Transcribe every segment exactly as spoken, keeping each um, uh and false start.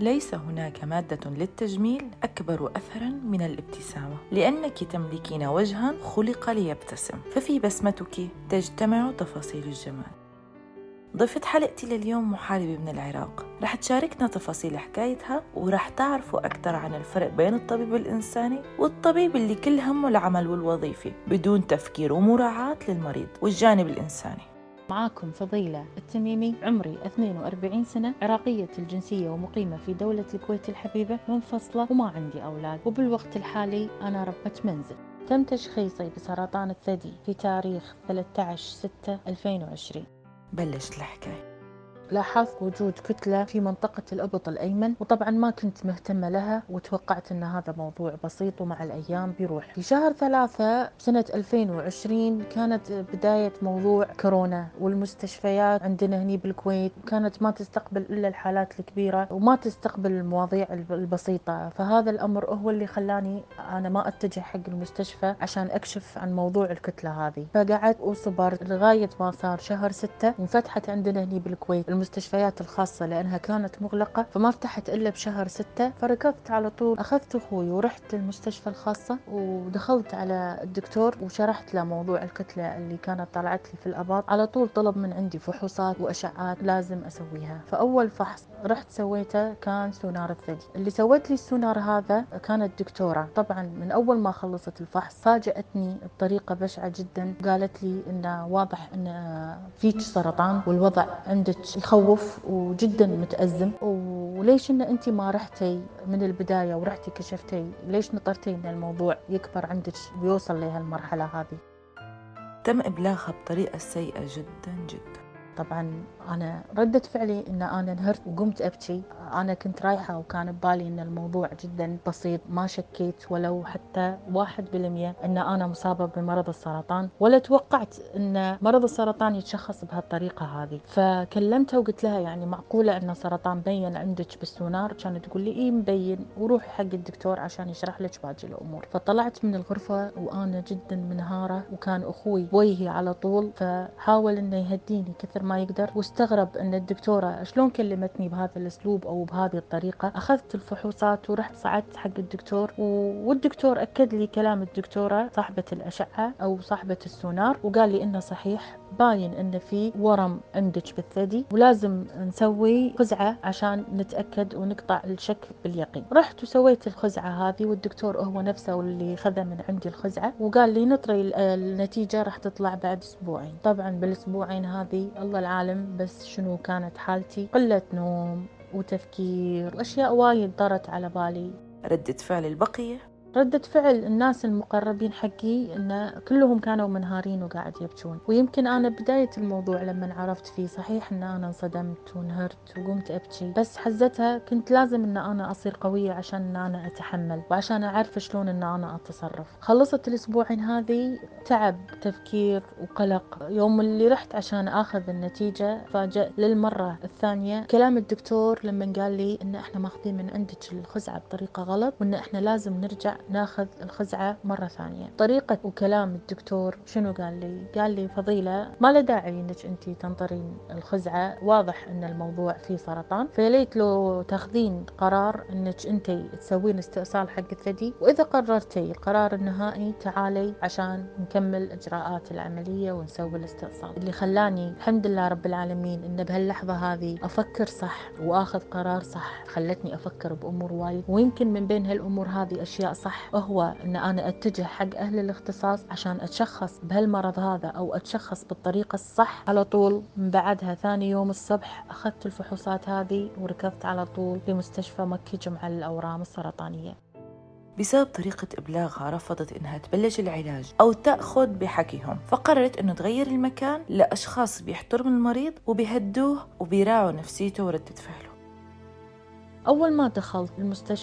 ليس هناك مادة للتجميل أكبر أثراً من الابتسامة، لأنك تملكين وجهاً خلق ليبتسم، ففي بسمتك تجتمع تفاصيل الجمال. ضيفة حلقتي لليوم محاربة من العراق، رح تشاركنا تفاصيل حكايتها ورح تعرفوا أكثر عن الفرق بين الطبيب الإنساني والطبيب اللي كل همه العمل والوظيفة بدون تفكير ومراعاة للمريض والجانب الإنساني. معاكم فضيلة التميمي، عمري اثنين وأربعين سنة، عراقية الجنسية ومقيمة في دولة الكويت الحبيبة، منفصلة وما عندي أولاد، وبالوقت الحالي أنا ربة منزل. تم تشخيصي بسرطان الثدي في تاريخ ثلاثة عشر ستة ألفين وعشرين. بلشت الحكاية. لاحظت وجود كتلة في منطقة الإبط الأيمن، وطبعا ما كنت مهتمة لها وتوقعت أن هذا موضوع بسيط ومع الأيام بيروح. في شهر ثلاثة سنة ألفين وعشرين كانت بداية موضوع كورونا، والمستشفيات عندنا هني بالكويت كانت ما تستقبل إلا الحالات الكبيرة وما تستقبل المواضيع البسيطة، فهذا الأمر هو اللي خلاني أنا ما أتجه حق المستشفى عشان أكشف عن موضوع الكتلة هذه. فقعدت وصبرت لغاية ما صار شهر ستة وانفتحت عندنا هني بالكويت المستشفيات الخاصة لأنها كانت مغلقة، فما فتحت إلا بشهر ستة. فركضت على طول، أخذت أخوي ورحت للمستشفى الخاصة ودخلت على الدكتور وشرحت له موضوع الكتلة اللي كانت طلعت لي في الأباط. على طول طلب من عندي فحوصات وأشعات لازم أسويها. فأول فحص رحت سويته كان سونار الثدي. اللي سويت لي السونار هذا كانت دكتورة. طبعا من أول ما خلصت الفحص فاجأتني بطريقة بشعة جدا، قالت لي إنه واضح إن فيك سرطان والوضع عندك يخوف وجدا متأزم، وليش إن أنت ما رحتي من البداية ورحتي كشفتي؟ ليش نطرتي إن الموضوع يكبر عندك ويوصل لهالمرحلة هذه؟ تم إبلاغها بطريقة سيئة جدا جدا. طبعا أنا ردة فعلي إن أنا انهرت وقمت أبكي. أنا كنت رايحة وكان ببالي إن الموضوع جدا بسيط، ما شكيت ولو حتى واحد بالمية إن أنا مصابة بمرض السرطان، ولا توقعت إن مرض السرطان يتشخص بهالطريقة هذه. فكلمتها وقلت لها يعني معقولة إن سرطان مبين عندك بالسونار؟ كانت تقول لي إيه مبين، وروحي حق الدكتور عشان يشرح لك باقي الأمور. فطلعت من الغرفة وأنا جدا منهارة، وكان أخوي وجهي على طول فحاول إنه يهديني كثر ما يقدر، واستغرب ان الدكتورة شلون كلمتني بهذا الاسلوب او بهذه الطريقة. اخذت الفحوصات ورحت صعدت حق الدكتور، والدكتور اكد لي كلام الدكتورة صاحبة الاشعة او صاحبة السونار، وقال لي انه صحيح باين ان في ورم عندك بالثدي ولازم نسوي خزعة عشان نتأكد ونقطع الشك باليقين. رحت وسويت الخزعة هذه، والدكتور هو نفسه اللي خذ من عندي الخزعة وقال لي نطري النتيجة راح تطلع بعد اسبوعين. طبعا بالاسبوعين هذه الله العالم بس شنو كانت حالتي، قلة نوم وتفكير وأشياء وايد طرت على بالي. ردة فعل البقية؟ ردة فعل الناس المقربين حقي إن كلهم كانوا منهارين وقاعد يبكون. ويمكن أنا بداية الموضوع لما عرفت فيه صحيح إن أنا انصدمت وانهرت وقمت أبكي، بس حزتها كنت لازم إن أنا أصير قوية عشان إن أنا أتحمل وعشان أعرف شلون إن أنا أتصرف. خلصت الأسبوعين هذه تعب، تفكير وقلق. يوم اللي رحت عشان أخذ النتيجة فاجأ للمرة الثانية كلام الدكتور لما قال لي إن إحنا ماخذين من عندك الخزعة بطريقة غلط وإن إحنا لازم نرجع ناخذ الخزعة مرة ثانية. طريقة وكلام الدكتور شنو قال لي؟ قال لي فضيلة ما له داعي انك انت تنطرين الخزعة، واضح ان الموضوع فيه سرطان، فليت لو تاخذين قرار انك انت تسوين استئصال حق الثدي، واذا قررتي القرار النهائي تعالي عشان نكمل اجراءات العملية ونسوي الاستئصال. اللي خلاني الحمد لله رب العالمين ان بهاللحظة هذه افكر صح واخذ قرار صح، خلتني افكر بامور وايد، ويمكن من بين هالامور هذه اشياء صح هو ان انا اتجه حق اهل الاختصاص عشان اتشخص بهالمرض هذا او اتشخص بالطريقة الصح. على طول من بعدها ثاني يوم الصبح اخذت الفحوصات هذه وركضت على طول لمستشفى مكي جمعة للاورام السرطانية. بسبب طريقة إبلاغها رفضت إنها تبلش العلاج أو تأخذ بحكيهم، فقررت إنه تغير المكان لأشخاص بيحترموا المريض وبيهدوه وبيراعوا نفسيته وردة فعله. أول ما دخلت المستشفى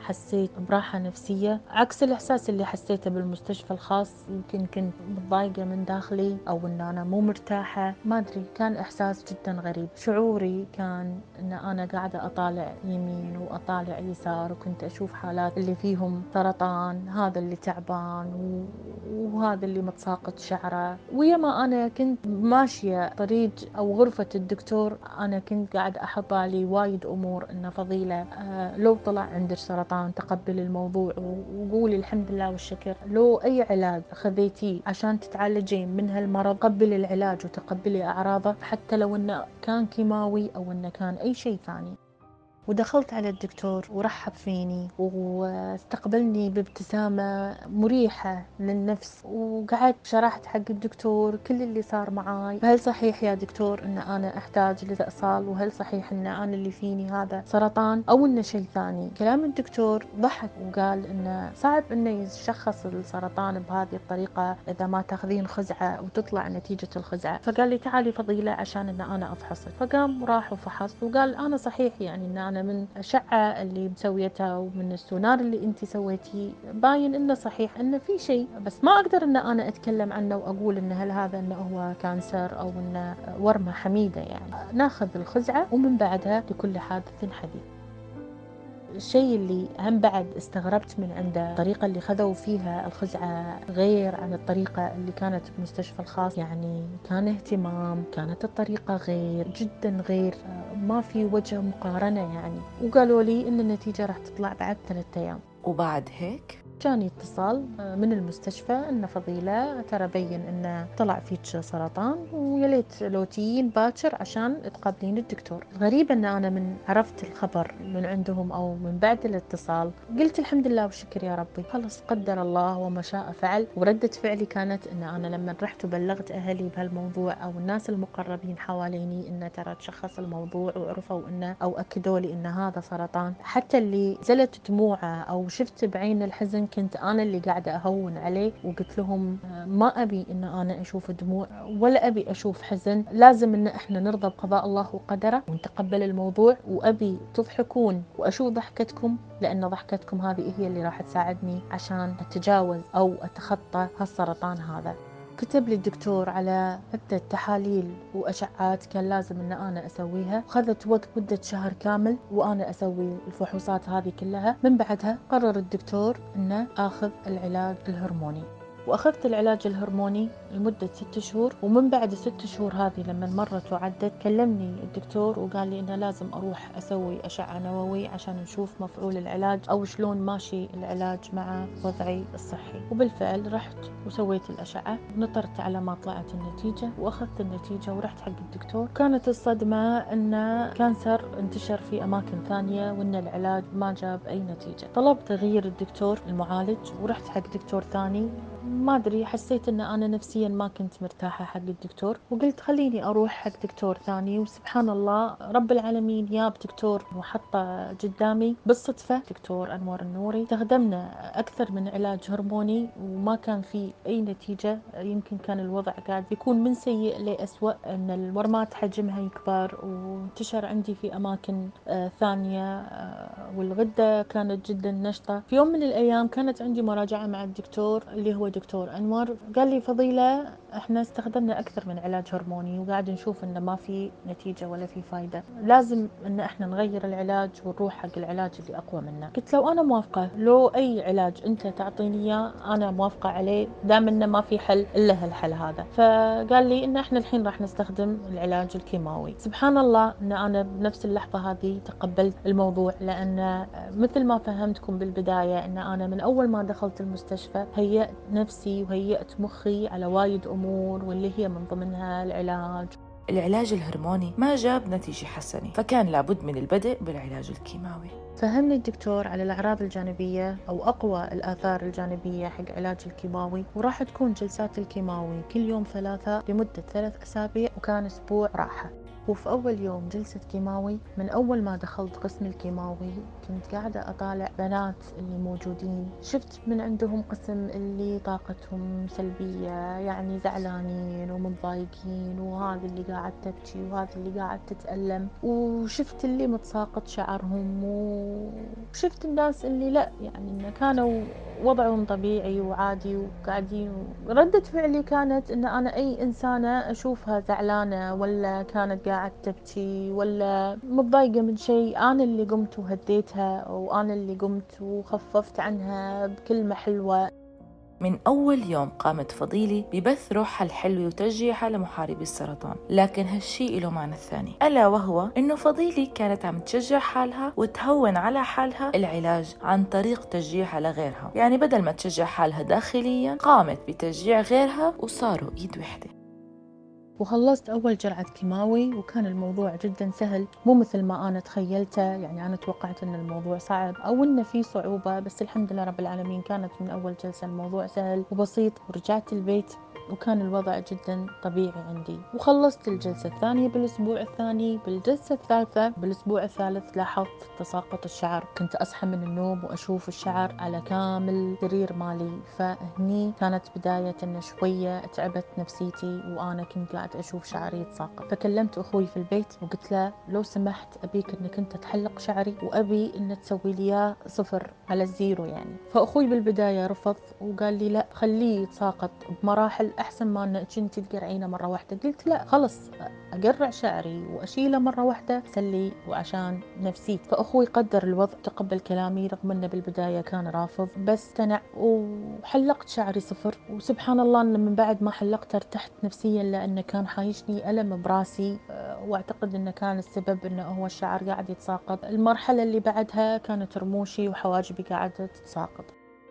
حسيت براحة نفسية عكس الإحساس اللي حسيته بالمستشفى الخاص. يمكن كنت متضايقة من داخلي أو إن أنا مو مرتاحة، ما أدري، كان إحساس جدا غريب. شعوري كان إن أنا قاعدة أطالع يمين وأطالع يسار، وكنت أشوف حالات اللي فيهم سرطان، هذا اللي تعبان وهذا اللي متساقط شعره. ويما أنا كنت ماشية طريق أو غرفة الدكتور، أنا كنت قاعد أحط بالي وايد أمور، إن فضيلة آه لو طلع عندك سرطان تقبل الموضوع وقولي الحمد لله والشكر. لو أي علاج خذيتيه عشان تتعالجين من هالمرض قبلي العلاج وتقبلي أعراضه، حتى لو إنه كان كيماوي أو إنه كان أي شيء ثاني. ودخلت على الدكتور ورحب فيني واستقبلني بابتسامة مريحة للنفس، وقعدت شرحت حق الدكتور كل اللي صار معاي. هل صحيح يا دكتور ان انا احتاج لاستئصال؟ وهل صحيح ان انا اللي فيني هذا سرطان او انه شيء ثاني؟ كلام الدكتور ضحك وقال انه صعب انه يشخص السرطان بهذه الطريقة اذا ما تاخذين خزعة وتطلع نتيجة الخزعة. فقال لي تعالي فضيلة عشان ان انا افحصك. فقام راح وفحص وقال انا صحيح يعني ان انا من أشعة اللي مسويتها ومن السونار اللي انت سويتيه باين انه صحيح انه في شيء، بس ما اقدر ان انا اتكلم عنه واقول ان هل هذا انه هو كانسر او انه ورمة حميدة. يعني ناخذ الخزعة ومن بعدها لكل حادث حديث. الشيء اللي هم بعد استغربت من عنده الطريقة اللي خذوا فيها الخزعة غير عن الطريقة اللي كانت بمستشفى الخاص. يعني كان اهتمام، كانت الطريقة غير جدا غير، ما في وجه مقارنة يعني. وقالوا لي ان النتيجة راح تطلع بعد ثلاثة ايام. وبعد هيك جاني اتصال من المستشفى ان فضيلة ترى بين انه طلع فيك سرطان ويليت لو تجين باكر عشان تقابلين الدكتور. غريب ان انا من عرفت الخبر من عندهم او من بعد الاتصال قلت الحمد لله والشكر يا ربي، خلص قدر الله وما شاء فعل. وردة فعلي كانت ان انا لما رحت وبلغت اهلي بهالموضوع او الناس المقربين حواليني انه ترى تشخص الموضوع وعرفوا انه او اكدوا لي ان هذا سرطان، حتى اللي زلت دموعه او شفت بعين الحزن كنت أنا اللي قاعدة أهون عليه وقلت لهم ما أبي إن أنا أشوف دموع ولا أبي أشوف حزن، لازم إن إحنا نرضى بقضاء الله وقدره ونتقبل الموضوع، وأبي تضحكون وأشوف ضحكتكم لأن ضحكتكم هذه هي اللي راح تساعدني عشان أتجاوز أو أتخطى هالسرطان هذا. كتب لي الدكتور على عدة تحاليل وأشعات كان لازم أن أنا أسويها، خذت وقت مدة شهر كامل وأنا أسوي الفحوصات هذه كلها. من بعدها قرر الدكتور أنه أخذ العلاج الهرموني، وأخذت العلاج الهرموني لمدة ست شهور. ومن بعد الست شهور هذه لما مرت وعدت كلمني الدكتور وقال لي إنه لازم أروح أسوي أشعة نووي عشان نشوف مفعول العلاج أو شلون ماشي العلاج مع وضعي الصحي. وبالفعل رحت وسويت الأشعة، نطرت على ما طلعت النتيجة وأخذت النتيجة ورحت حق الدكتور. كانت الصدمة أن كانسر انتشر في أماكن ثانية وأن العلاج ما جاب أي نتيجة. طلبت تغيير الدكتور المعالج ورحت حق دكتور ثاني. ما أدري، حسيت أن أنا نفسيا ما كنت مرتاحة حق الدكتور وقلت خليني أروح حق دكتور ثاني. وسبحان الله رب العالمين ياب دكتور وحطه قدامي بالصدفة، دكتور أنور النوري. استخدمنا أكثر من علاج هرموني وما كان في أي نتيجة. يمكن كان الوضع قاعد يكون من سيء لأسوأ، أن الورمات حجمها يكبر وانتشر عندي في أماكن آه ثانية آه والغدة كانت جدا نشطة. في يوم من الأيام كانت عندي مراجعة مع الدكتور اللي هو دكتور أنور، قال لي فضيلة احنا استخدمنا أكثر من علاج هرموني وقاعد نشوف انه ما في نتيجة ولا في فايدة، لازم ان احنا نغير العلاج ونروح حق العلاج اللي أقوى منه. قلت لو أنا موافقة، لو أي علاج أنت تعطيني إياه أنا موافقة عليه دام انه ما في حل إلا هالحل هذا. فقال لي ان احنا الحين راح نستخدم العلاج الكيماوي. سبحان الله ان انا بنفس اللحظة هذه تقبلت الموضوع، لأن مثل ما فهمتكم بالبداية ان انا من أول ما دخلت المستشفى هيأت نفسي وهيأت مخي على وايد أمور واللي هي من ضمنها العلاج. العلاج الهرموني ما جاب نتيجة حسنة، فكان لابد من البدء بالعلاج الكيماوي. فهمني الدكتور على الأعراض الجانبية أو أقوى الآثار الجانبية حق علاج الكيماوي، وراح تكون جلسات الكيماوي كل يوم ثلاثة لمدة ثلاث أسابيع وكان أسبوع راحة. وفي أول يوم جلسة كيماوي، من أول ما دخلت قسم الكيماوي كنت قاعدة أطالع بنات اللي موجودين، شفت من عندهم قسم اللي طاقتهم سلبية، يعني زعلانين ومتضايقين، وهذا اللي قاعد تبكي وهذا اللي قاعد تتألم، وشفت اللي متساقط شعرهم، وشفت الناس اللي لا يعني إن كانوا وضعهم طبيعي وعادي وقاعدين. ردة فعلي كانت إن أنا أي إنسانة أشوفها زعلانة ولا كانت قاعد تبكي ولا متضايقة من شيء، أنا اللي قمت وهديتها، وأنا اللي قمت وخففت عنها بكلمة حلوة. من أول يوم قامت فضيلة ببث روحها الحلوة وتشجيعها لمحاربي السرطان، لكن هالشي له معنى ثاني، ألا وهو إنه فضيلة كانت عم تشجع حالها وتهون على حالها العلاج عن طريق تشجيعها لغيرها. يعني بدل ما تشجع حالها داخليا قامت بتشجيع غيرها وصاروا إيد وحدة. وخلصت أول جرعة كيماوي وكان الموضوع جدا سهل، مو مثل ما أنا تخيلته. يعني أنا توقعت أن الموضوع صعب أو أن في صعوبة، بس الحمد لله رب العالمين كانت من أول جلسة الموضوع سهل وبسيط. ورجعت البيت وكان الوضع جدا طبيعي عندي. وخلصت الجلسة الثانية بالأسبوع الثاني. بالجلسة الثالثة بالأسبوع الثالث لاحظت تساقط الشعر، كنت أصحى من النوم وأشوف الشعر على كامل سرير مالي. فهني كانت بداية أن شوية تعبت نفسيتي وأنا كنت قاعد أشوف شعري يتساقط. فكلمت أخوي في البيت وقلت له لو سمحت أبيك أنك أنت تحلق شعري وأبي أن تسوي لي إياه صفر على الزيرو يعني. فأخوي بالبداية رفض وقال لي لا خليه يتساقط بمراحل أحسن ما أنك أنت تقرعينه مرة واحدة. قلت لا خلص أقرع شعري وأشيله مرة واحدة سلي وعشان نفسيت. فأخوي قدر الوضع، تقبل كلامي رغم أنه بالبداية كان رافض، بس اقتنع وحلقت شعري صفر. وسبحان الله أن من بعد ما حلقت ارتحت نفسيا، لأنه كان حايشني ألم براسي، واعتقد أنه كان السبب أنه هو الشعر قاعد يتساقط. المرحلة اللي بعدها كانت رموشي وحواجبي قاعدة تتساقط.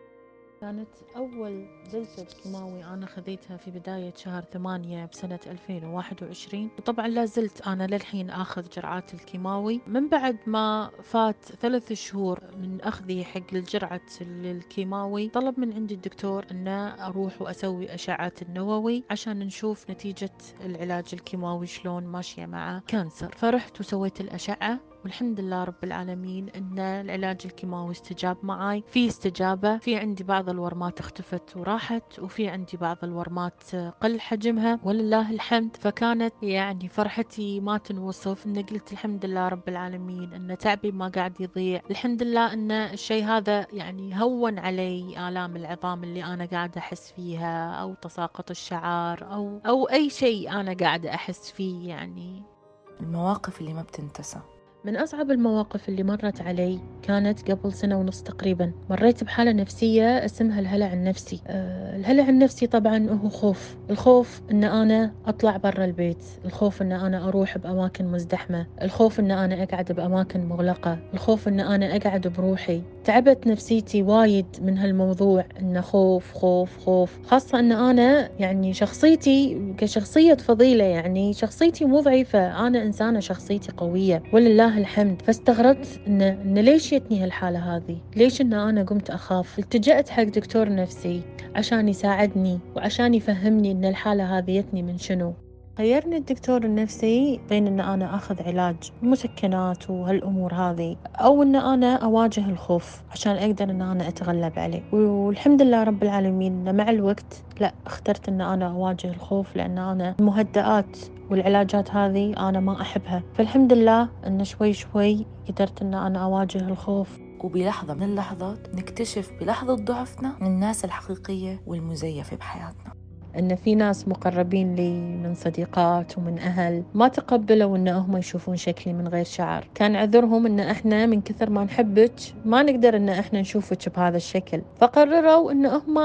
كانت أول جلسة كيماوي أنا خذيتها في بداية شهر ثمانية بسنة ألفين وواحد وعشرين، وطبعا لا زلت أنا للحين أخذ جرعات الكيماوي. من بعد ما فات ثلاث شهور من أخذي حق الجرعة الكيماوي طلب من عندي الدكتور أن أروح وأسوي أشعة النووي عشان نشوف نتيجة العلاج الكيماوي شلون ماشية مع كانسر. فرحت وسويت الأشعة والحمد لله رب العالمين ان العلاج الكيماوي استجاب معي. في استجابة، في عندي بعض الورمات اختفت وراحت، وفي عندي بعض الورمات قل حجمها ولله الحمد. فكانت يعني فرحتي ما تنوصف، ان قلت الحمد لله رب العالمين ان تعبي ما قاعد يضيع. الحمد لله ان الشيء هذا يعني هون علي آلام العظام اللي انا قاعدة احس فيها، او تساقط الشعر، او او اي شيء انا قاعدة احس فيه. يعني المواقف اللي ما بتنتسى. من أصعب المواقف اللي مرت علي كانت قبل سنة ونص تقريبا. مريت بحالة نفسية اسمها الهلع النفسي. أه الهلع النفسي طبعا هو خوف. الخوف أن أنا أطلع برا البيت، الخوف أن أنا أروح بأماكن مزدحمة، الخوف أن أنا أقعد بأماكن مغلقة، الخوف أن أنا أقعد بروحي. تعبت نفسيتي وايد من هالموضوع، أنه خوف خوف خوف، خاصة أن أنا يعني شخصيتي كشخصية فضيلة، يعني شخصيتي مو ضعيفة، أنا إنسانة شخصيتي قوية ولله الحمد. فاستغربت إن, إن ليش جتني هالحالة هذه، ليش إن أنا قمت أخاف. التجأت حق دكتور نفسي عشان يساعدني وعشان يفهمني إن الحالة هذه جتني من شنو. خيرني الدكتور النفسي بين ان انا اخذ علاج مسكنات وهالامور هذه، او ان انا اواجه الخوف عشان اقدر ان انا اتغلب عليه. والحمد لله رب العالمين ان مع الوقت لا اخترت ان انا اواجه الخوف، لان انا المهدئات والعلاجات هذه انا ما احبها. فالحمد لله ان شوي شوي قدرت ان انا اواجه الخوف. وبلحظة من اللحظات نكتشف بلحظة ضعفنا الناس الحقيقية والمزيفة بحياتنا. ان في ناس مقربين لي من صديقات ومن اهل ما تقبلوا ان هم يشوفون شكلي من غير شعر. كان عذرهم ان احنا من كثر ما نحبك ما نقدر ان احنا نشوفك بهذا الشكل، فقرروا ان هم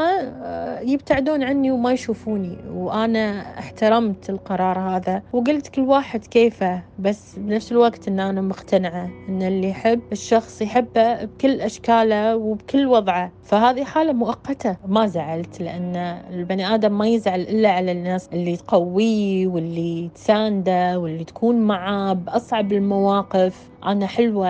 يبتعدون عني وما يشوفوني. وانا احترمت القرار هذا وقلت كل واحد كيفه، بس بنفس الوقت ان انا مقتنعة ان اللي يحب الشخص يحبه بكل اشكاله وبكل وضعه. فهذه حالة مؤقتة، ما زعلت، لان البني ادم ما يزعل إلا على الناس اللي تقويه واللي تسانده واللي تكون معاه بأصعب المواقف. أنا حلوة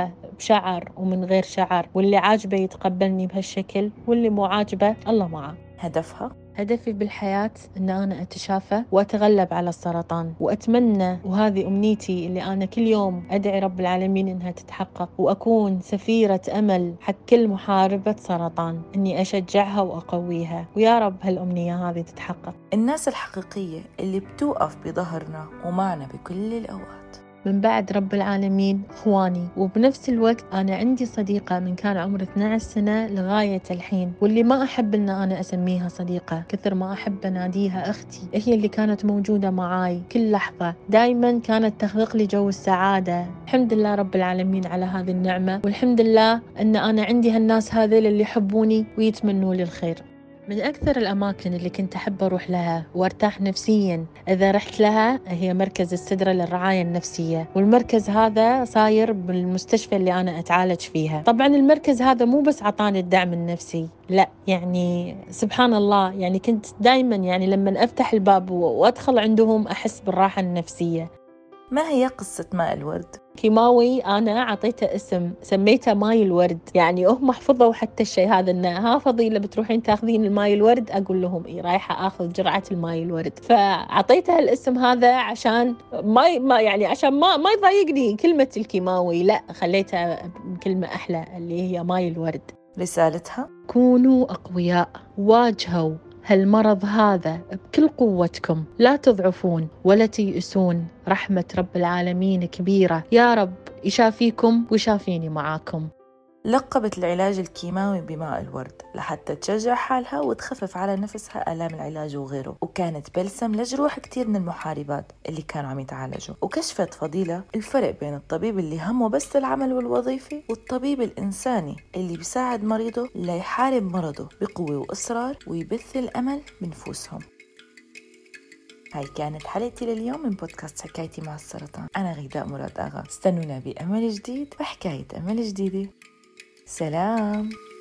بشعر ومن غير شعر، واللي عاجبه يتقبلني بهالشكل واللي مو عاجبه الله معه. هدفها؟ هدفي بالحياة أن أنا أتشافى وأتغلب على السرطان، وأتمنى وهذه أمنيتي اللي أنا كل يوم أدعي رب العالمين إنها تتحقق، وأكون سفيرة أمل حق كل محاربة سرطان، إني أشجعها وأقويها، ويا رب هالأمنية هذه تتحقق. الناس الحقيقية اللي بتوقف بظهرنا ومعنا بكل الأوقات. من بعد رب العالمين إخواني، وبنفس الوقت أنا عندي صديقة من كان عمر اثنعش سنة لغاية الحين، واللي ما أحب إن أنا أسميها صديقة كثر ما أحب أناديها أختي. هي اللي كانت موجودة معاي كل لحظة، دايما كانت تخلق لي جو السعادة. الحمد لله رب العالمين على هذه النعمة، والحمد لله أن أنا عندي هالناس هذيل اللي يحبوني ويتمنوا لي الخير. من أكثر الأماكن اللي كنت أحب أروح لها وارتاح نفسياً إذا رحت لها هي مركز السدرة للرعاية النفسية، والمركز هذا صاير بالمستشفى اللي أنا أتعالج فيها. طبعاً المركز هذا مو بس عطاني الدعم النفسي، لا يعني سبحان الله، يعني كنت دايماً يعني لما أفتح الباب وأدخل عندهم أحس بالراحة النفسية. ما هي قصة ماء الورد؟ كيماوي أنا عطيته اسم سميته ماي الورد، يعني هم حفظوا حتى الشيء هذا إنه ها فضيلة بتروحين تاخذين الماي الورد، أقول لهم إيه رايحة أخذ جرعة الماي الورد. فعطيته الاسم هذا عشان ما ما يعني عشان ما ما يضايقني كلمة الكيماوي، لا خليتها كلمة أحلى اللي هي ماي الورد. رسالتها؟ كونوا أقوياء، واجهوا هالمرض هذا بكل قوتكم، لا تضعفون ولا تيئسون، رحمة رب العالمين كبيرة، يا رب يشافيكم ويشافيني معاكم. لقبت العلاج الكيماوي بماء الورد لحتى تشجع حالها وتخفف على نفسها آلام العلاج وغيره، وكانت بلسم لجروح كتير من المحاربات اللي كانوا عم يتعالجوا. وكشفت فضيلة الفرق بين الطبيب اللي همه بس العمل والوظيفة والطبيب الإنساني اللي بيساعد مريضه ليحارب مرضه بقوة وإصرار ويبث الأمل بنفوسهم. هاي كانت حلقتي لليوم من بودكاست حكايتي مع السرطان. أنا غيداء مراد آغا، استنونا بأمل جديد وحكاية أمل جديدة. سلام.